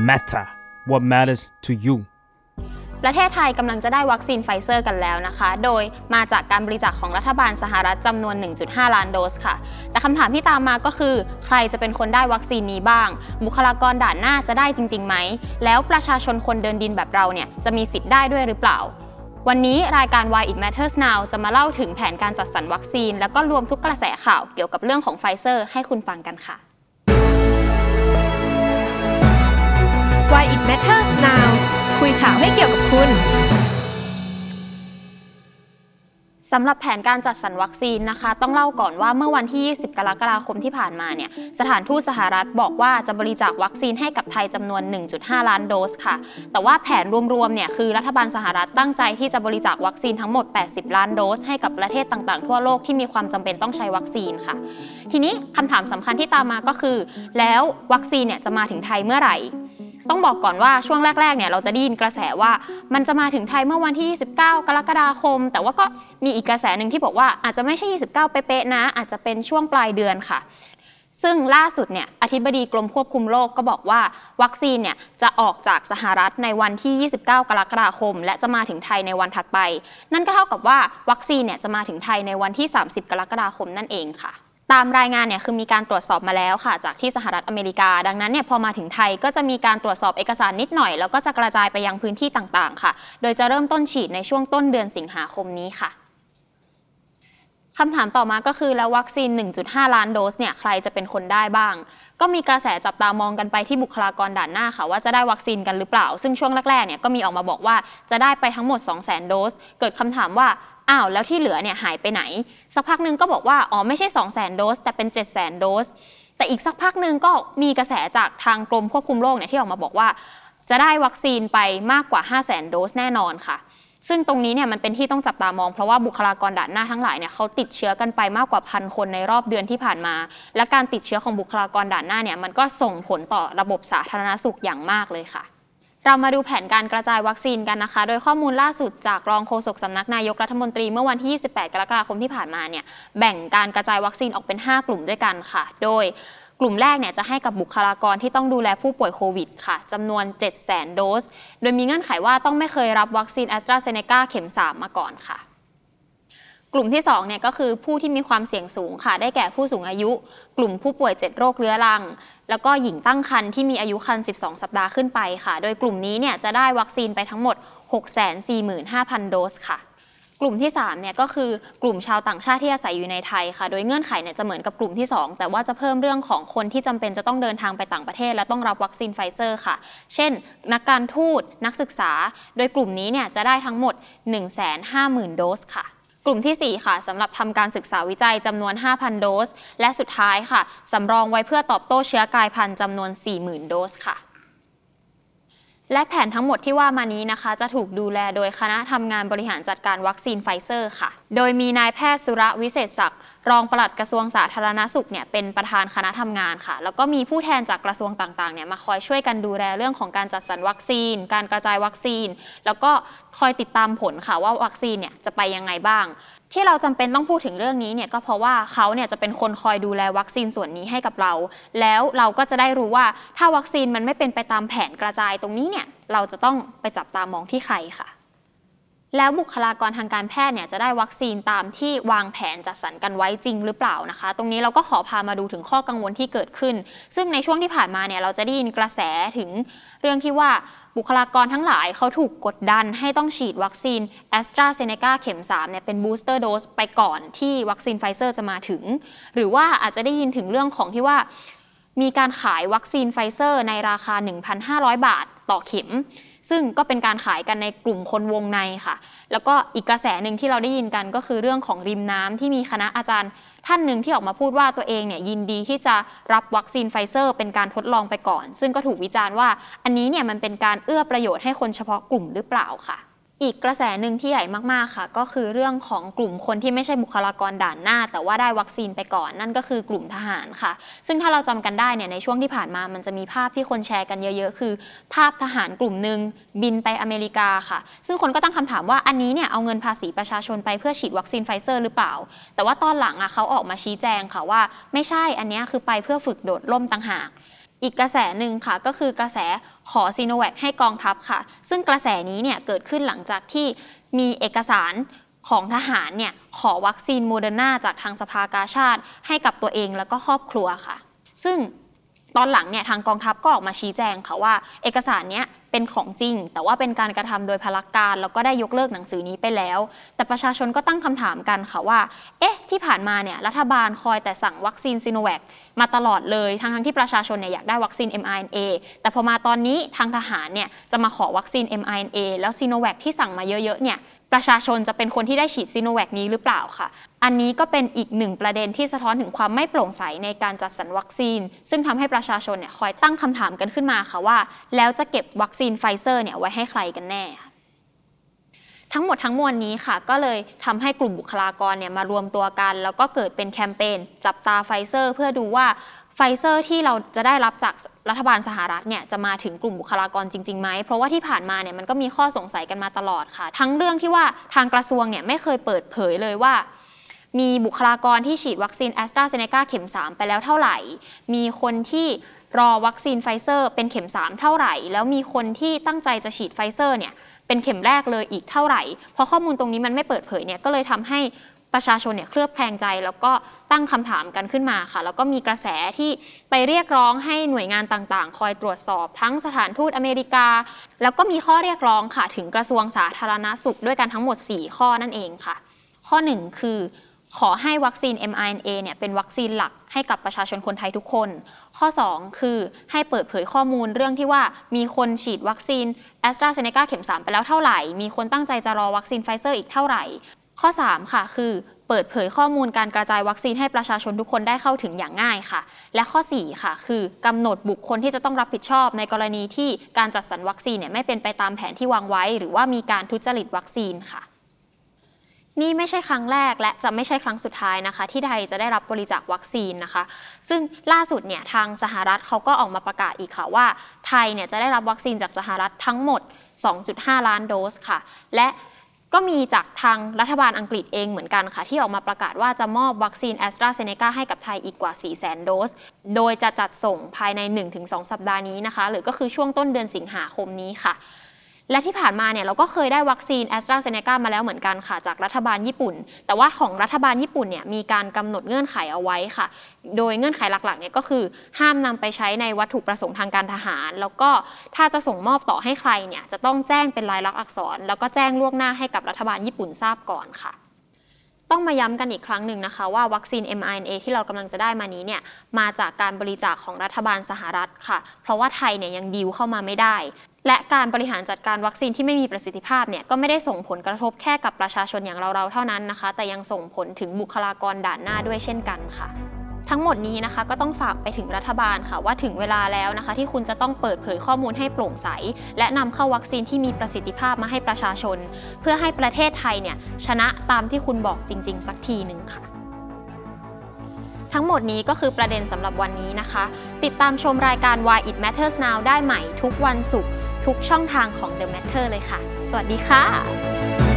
matter what matters to you ประเทศไทยกำลังจะได้วัคซีนไฟเซอร์กันแล้วนะคะโดยมาจากการบริจาคของรัฐบาลสหรัฐจำนวน 1.5 ล้านโดสค่ะแต่คำถามที่ตามมาก็คือใครจะเป็นคนได้วัคซีนนี้บ้างบุคลากรด่านหน้าจะได้จริงๆไหมแล้วประชาชนคนเดินดินแบบเราเนี่ยจะมีสิทธิ์ได้ด้วยหรือเปล่าวันนี้รายการ Why It Matters Now จะมาเล่าถึงแผนการจัดสรรวัคซีนแล้วก็รวมทุกกระแสข่าวเกี่ยวกับเรื่องของไฟเซอร์ให้คุณฟังกันค่ะ Why It Matters Now คุยข่าวให้เกี่ยวกับคุณสำหรับแผนการจัดสรรวัคซีนนะคะต้องเล่าก่อนว่าเมื่อวันที่ 20 กรกฎาคมที่ผ่านมาเนี่ยสถานทูตสหรัฐบอกว่าจะบริจาควัคซีนให้กับไทยจำนวน 1.5 ล้านโดสค่ะแต่ว่าแผนรวมๆเนี่ยคือรัฐบาลสหรัฐตั้งใจที่จะบริจาควัคซีนทั้งหมด 80 ล้านโดสให้กับประเทศต่างๆทั่วโลกที่มีความจำเป็นต้องใช้วัคซีนค่ะทีนี้คำถามสำคัญที่ตามมาก็คือแล้ววัคซีนเนี่ยจะมาถึงไทยเมื่อไหร่ต้องบอกก่อนว่าช่วงแรกๆเนี่ยเราจะได้ยินกระแสว่ามันจะมาถึงไทยเมื่อวันที่ 29 กรกฎาคมแต่ว่าก็มีอีกกระแสหนึ่งที่บอกว่าอาจจะไม่ใช่ 29 เป๊ะๆนะอาจจะเป็นช่วงปลายเดือนค่ะซึ่งล่าสุดเนี่ยอธิบดีกรมควบคุมโรคก็บอกว่าวัคซีนเนี่ยจะออกจากสหรัฐในวันที่ 29 กรกฎาคมและจะมาถึงไทยในวันถัดไปนั่นก็เท่ากับว่าวัคซีนเนี่ยจะมาถึงไทยในวันที่ 30 กรกฎาคมนั่นเองค่ะตามรายงานเนี่ยคือมีการตรวจสอบมาแล้วค่ะจากที่สหรัฐอเมริกาดังนั้นเนี่ยพอมาถึงไทยก็จะมีการตรวจสอบเอกสารนิดหน่อยแล้วก็จะกระจายไปยังพื้นที่ต่างๆค่ะโดยจะเริ่มต้นฉีดในช่วงต้นเดือนสิงหาคมนี้ค่ะคำถามต่อมาก็คือแล้ววัคซีน 1.5 ล้านโดสเนี่ยใครจะเป็นคนได้บ้างก็มีกระแสจับตามองกันไปที่บุคลากรด่านหน้าค่ะว่าจะได้วัคซีนกันหรือเปล่าซึ่งช่วงแรกๆเนี่ยก็มีออกมาบอกว่าจะได้ไปทั้งหมด 200,000 โดสเกิดคำถามว่าอ้าวแล้วที่เหลือเนี่ยหายไปไหนสักพักนึงก็บอกว่าอ๋อไม่ใช่ 200,000 โดสแต่เป็น 700,000 โดสแต่อีกสักพักนึงก็มีกระแสจากทางกรมควบคุมโรคเนี่ยที่ออกมาบอกว่าจะได้วัคซีนไปมากกว่า 500,000 โดสแน่นอนค่ะซึ่งตรงนี้เนี่ยมันเป็นที่ต้องจับตามองเพราะว่าบุคลากรด่านหน้าทั้งหลายเนี่ยเขาติดเชื้อกันไปมากกว่า 1,000 คนในรอบเดือนที่ผ่านมาและการติดเชื้อของบุคลากรด่านหน้าเนี่ยมันก็ส่งผลต่อระบบสาธารณสุขอย่างมากเลยค่ะเรามาดูแผนการกระจายวัคซีนกันนะคะโดยข้อมูลล่าสุดจากรองโฆษกสำนักนายกรัฐมนตรีเมื่อวันที่ 28 กรกฎาคมที่ผ่านมาเนี่ยแบ่งการกระจายวัคซีนออกเป็น 5 กลุ่มด้วยกันค่ะโดยกลุ่มแรกเนี่ยจะให้กับบุคลากรที่ต้องดูแลผู้ป่วยโควิดค่ะจำนวน 700,000 โดสโดยมีเงื่อนไขว่าต้องไม่เคยรับวัคซีน AstraZeneca เข็ม 3 มาก่อนค่ะกลุ่มที่2เนี่ยก็คือผู้ที่มีความเสี่ยงสูงค่ะได้แก่ผู้สูงอายุกลุ่มผู้ป่วย7โรคเรื้อรังแล้วก็หญิงตั้งครรภ์ที่มีอายุครรภ์12 สัปดาห์ขึ้นไปค่ะโดยกลุ่มนี้เนี่ยจะได้วัคซีนไปทั้งหมด 645,000 โดสค่ะกลุ่มที่3เนี่ยก็คือกลุ่มชาวต่างชาติที่อาศัยอยู่ในไทยค่ะโดยเงื่อนไขเนี่ยจะเหมือนกับกลุ่มที่2แต่ว่าจะเพิ่มเรื่องของคนที่จำเป็นจะต้องเดินทางไปต่างประเทศและต้องรับวัคซีนไฟเซอร์ค่ะเช่นนักการทูตนักศึกษาโดยกลุ่มนี้เนี่ยจะได้ทั้งหมด 150,000 โดสค่ะกลุ่มที่4ค่ะสำหรับทำการศึกษาวิจัยจำนวน 5,000 โดสและสุดท้ายค่ะสำรองไว้เพื่อตอบโต้เชื้อกลายพันธุ์จำนวน 40,000 โดสค่ะและแผนทั้งหมดที่ว่ามานี้นะคะจะถูกดูแลโดยคณะทำงานบริหารจัดการวัคซีนไฟเซอร์ค่ะโดยมีนายแพทย์สุรวิเศษศักดิ์รองปลัดกระทรวงสาธารณสุขเนี่ยเป็นประธานคณะทำงานค่ะแล้วก็มีผู้แทนจากกระทรวงต่างๆเนี่ยมาคอยช่วยกันดูแลเรื่องของการจัดสรรวัคซีนการกระจายวัคซีนแล้วก็คอยติดตามผลค่ะว่าวัคซีนเนี่ยจะไปยังไงบ้างที่เราจำเป็นต้องพูดถึงเรื่องนี้เนี่ยก็เพราะว่าเขาเนี่ยจะเป็นคนคอยดูแลวัคซีนส่วนนี้ให้กับเราแล้วเราก็จะได้รู้ว่าถ้าวัคซีนมันไม่เป็นไปตามแผนกระจายตรงนี้เนี่ยเราจะต้องไปจับตามองที่ใครค่ะแล้วบุคลากรทางการแพทย์เนี่ยจะได้วัคซีนตามที่วางแผนจัดสรรกันไว้จริงหรือเปล่านะคะตรงนี้เราก็ขอพามาดูถึงข้อกังวลที่เกิดขึ้นซึ่งในช่วงที่ผ่านมาเนี่ยเราจะได้ยินกระแสถึงเรื่องที่ว่าบุคลากรทั้งหลายเขาถูกกดดันให้ต้องฉีดวัคซีน AstraZeneca เข็ม 3เนี่ยเป็นบูสเตอร์โดสไปก่อนที่วัคซีนไฟเซอร์จะมาถึงหรือว่าอาจจะได้ยินถึงเรื่องของที่ว่ามีการขายวัคซีนไฟเซอร์ในราคา 1,500 บาทต่อเข็มซึ่งก็เป็นการขายกันในกลุ่มคนวงในค่ะแล้วก็อีกกระแสหนึ่งที่เราได้ยินกันก็คือเรื่องของริมน้ำที่มีคณะอาจารย์ท่านหนึ่งที่ออกมาพูดว่าตัวเองเนี่ยยินดีที่จะรับวัคซีนไฟเซอร์เป็นการทดลองไปก่อนซึ่งก็ถูกวิจารณ์ว่าอันนี้เนี่ยมันเป็นการเอื้อประโยชน์ให้คนเฉพาะกลุ่มหรือเปล่าค่ะอีกกระแสหนึ่งที่ใหญ่มากๆค่ะก็คือเรื่องของกลุ่มคนที่ไม่ใช่บุคลากรด่านหน้าแต่ว่าได้วัคซีนไปก่อนนั่นก็คือกลุ่มทหารค่ะซึ่งถ้าเราจำกันได้เนี่ยในช่วงที่ผ่านมามันจะมีภาพที่คนแชร์กันเยอะๆคือภาพทหารกลุ่มหนึ่งบินไปอเมริกาค่ะซึ่งคนก็ตั้งคำถามว่าอันนี้เนี่ยเอาเงินภาษีประชาชนไปเพื่อฉีดวัคซีนไฟเซอร์หรือเปล่าแต่ว่าตอนหลังเขาออกมาชี้แจงค่ะว่าไม่ใช่อันนี้คือไปเพื่อฝึกโดดร่มต่างหากอีกกระแสหนึ่งค่ะก็คือกระแสขอซีโนแวคให้กองทัพค่ะซึ่งกระแสนี้เนี่ยเกิดขึ้นหลังจากที่มีเอกสารของทหารเนี่ยขอวัคซีนโมเดอร์นาจากทางสภากาชาดให้กับตัวเองแล้วก็ครอบครัวค่ะซึ่งตอนหลังเนี่ยทางกองทัพก็ออกมาชี้แจงค่ะว่าเอกสารเนี้ยเป็นของจริงแต่ว่าเป็นการกระทำโดยพลการแล้วก็ได้ยกเลิกหนังสือนี้ไปแล้วแต่ประชาชนก็ตั้งคำถามกันค่ะว่าที่ผ่านมาเนี่ยรัฐบาลคอยแต่สั่งวัคซีนซิโนแวคมาตลอดเลยทั้งที่ประชาชนเนี่ยอยากได้วัคซีน mRNA แต่พอมาตอนนี้ทางทหารเนี่ยจะมาขอวัคซีน mRNA แล้วซิโนแวคที่สั่งมาเยอะๆเนี่ยประชาชนจะเป็นคนที่ได้ฉีดซิโนแวคนี้หรือเปล่าค่ะอันนี้ก็เป็นอีกหนึ่งประเด็นที่สะท้อนถึงความไม่โปร่งใสในการจัดสรรวัคซีนซึ่งทำให้ประชาชนเนี่ยคอยตั้งคำถามกันขึ้นมาค่ะว่าแล้วจะเก็บวัคซีนไฟเซอร์เนี่ยไว้ให้ใครกันแน่ทั้งหมดทั้งมวลนี้ค่ะก็เลยทำให้กลุ่มบุคลากรเนี่ยมารวมตัวกันแล้วก็เกิดเป็นแคมเปญจับตาไฟเซอร์เพื่อดูว่าไฟเซอร์ที่เราจะได้รับจากรัฐบาลสหรัฐเนี่ยจะมาถึงกลุ่มบุคลากรจริงๆไหมเพราะว่าที่ผ่านมาเนี่ยมันก็มีข้อสงสัยกันมาตลอดค่ะทั้งเรื่องที่ว่าทางกระทรวงเนี่ยไม่เคยเปิดเผยเลยว่ามีบุคลากรที่ฉีดวัคซีนแอสตราเซเนกาเข็ม3ไปแล้วเท่าไหร่มีคนที่รอวัคซีนไฟเซอร์เป็นเข็ม3เท่าไหร่แล้วมีคนที่ตั้งใจจะฉีดไฟเซอร์เนี่ยเป็นเข็มแรกเลยอีกเท่าไหร่เพราะข้อมูลตรงนี้มันไม่เปิดเผยเนี่ยก็เลยทำให้ประชาชนเนี่ยเคลือบแคลงใจแล้วก็ตั้งคำถามกันขึ้นมาค่ะแล้วก็มีกระแสที่ไปเรียกร้องให้หน่วยงานต่างๆคอยตรวจสอบทั้งสถานทูตอเมริกาแล้วก็มีข้อเรียกร้องค่ะถึงกระทรวงสาธารณสุขด้วยกันทั้งหมด4ข้อนั่นเองค่ะข้อ1คือขอให้วัคซีน mRNA เนี่ยเป็นวัคซีนหลักให้กับประชาชนคนไทยทุกคนข้อ2คือให้เปิดเผยข้อมูลเรื่องที่ว่ามีคนฉีดวัคซีน AstraZeneca เข็ม3ไปแล้วเท่าไหร่มีคนตั้งใจจะรอวัคซีนไฟเซอร์อีกเท่าไหร่ข้อ3ค่ะคือเปิดเผยข้อมูลการกระจายวัคซีนให้ประชาชนทุกคนได้เข้าถึงอย่างง่ายค่ะและข้อ4ค่ะคือกำหนดบุคคลที่จะต้องรับผิดชอบในกรณีที่การจัดสรรวัคซีนเนี่ยไม่เป็นไปตามแผนที่วางไว้หรือว่ามีการทุจริตวัคซีนค่ะนี่ไม่ใช่ครั้งแรกและจะไม่ใช่ครั้งสุดท้ายนะคะที่ไทยจะได้รับบริจาควัคซีนนะคะซึ่งล่าสุดเนี่ยทางสหรัฐเขาก็ออกมาประกาศอีกค่ะว่าไทยเนี่ยจะได้รับวัคซีนจากสหรัฐทั้งหมด 2.5 ล้านโดสค่ะและก็มีจากทางรัฐบาลอังกฤษเองเหมือนกันค่ะที่ออกมาประกาศว่าจะมอบวัคซีน AstraZeneca ให้กับไทยอีกกว่า 400,000 โดสโดยจะจัดส่งภายใน 1-2 สัปดาห์นี้นะคะหรือก็คือช่วงต้นเดือนสิงหาคมนี้ค่ะและที่ผ่านมาเนี่ยเราก็เคยได้วัคซีน AstraZeneca มาแล้วเหมือนกันค่ะจากรัฐบาลญี่ปุ่นแต่ว่าของรัฐบาลญี่ปุ่นเนี่ยมีการกำหนดเงื่อนไขเอาไว้ค่ะโดยเงื่อนไขหลักๆเนี่ยก็คือห้ามนำไปใช้ในวัตถุประสงค์ทางการทหารแล้วก็ถ้าจะส่งมอบต่อให้ใครเนี่ยจะต้องแจ้งเป็นลายลักษณ์อักษรแล้วก็แจ้งล่วงหน้าให้กับรัฐบาลญี่ปุ่นทราบก่อนค่ะต้องมาย้ำกันอีกครั้งหนึ่งนะคะว่าวัคซีน mRNA ที่เรากำลังจะได้มานี้เนี่ยมาจากการบริจาคของรัฐบาลสหรัฐค่ะเพราะว่าไทยเนี่ยยังดีลเข้ามาไม่ได้และการบริหารจัดการวัคซีนที่ไม่มีประสิทธิภาพเนี่ยก็ไม่ได้ส่งผลกระทบแค่กับประชาชนอย่างเราๆเท่านั้นนะคะแต่ยังส่งผลถึงบุคลากรด่านหน้าด้วยเช่นกันค่ะทั้งหมดนี้นะคะก็ต้องฝากไปถึงรัฐบาลค่ะว่าถึงเวลาแล้วนะคะที่คุณจะต้องเปิดเผยข้อมูลให้โปร่งใสและนำเข้าวัคซีนที่มีประสิทธิภาพมาให้ประชาชนเพื่อให้ประเทศไทยเนี่ยชนะตามที่คุณบอกจริงๆสักทีหนึ่งค่ะทั้งหมดนี้ก็คือประเด็นสำหรับวันนี้นะคะติดตามชมรายการ Why It Matters Now ได้ใหม่ทุกวันศุกร์ทุกช่องทางของ The Matter เลยค่ะสวัสดีค่ะ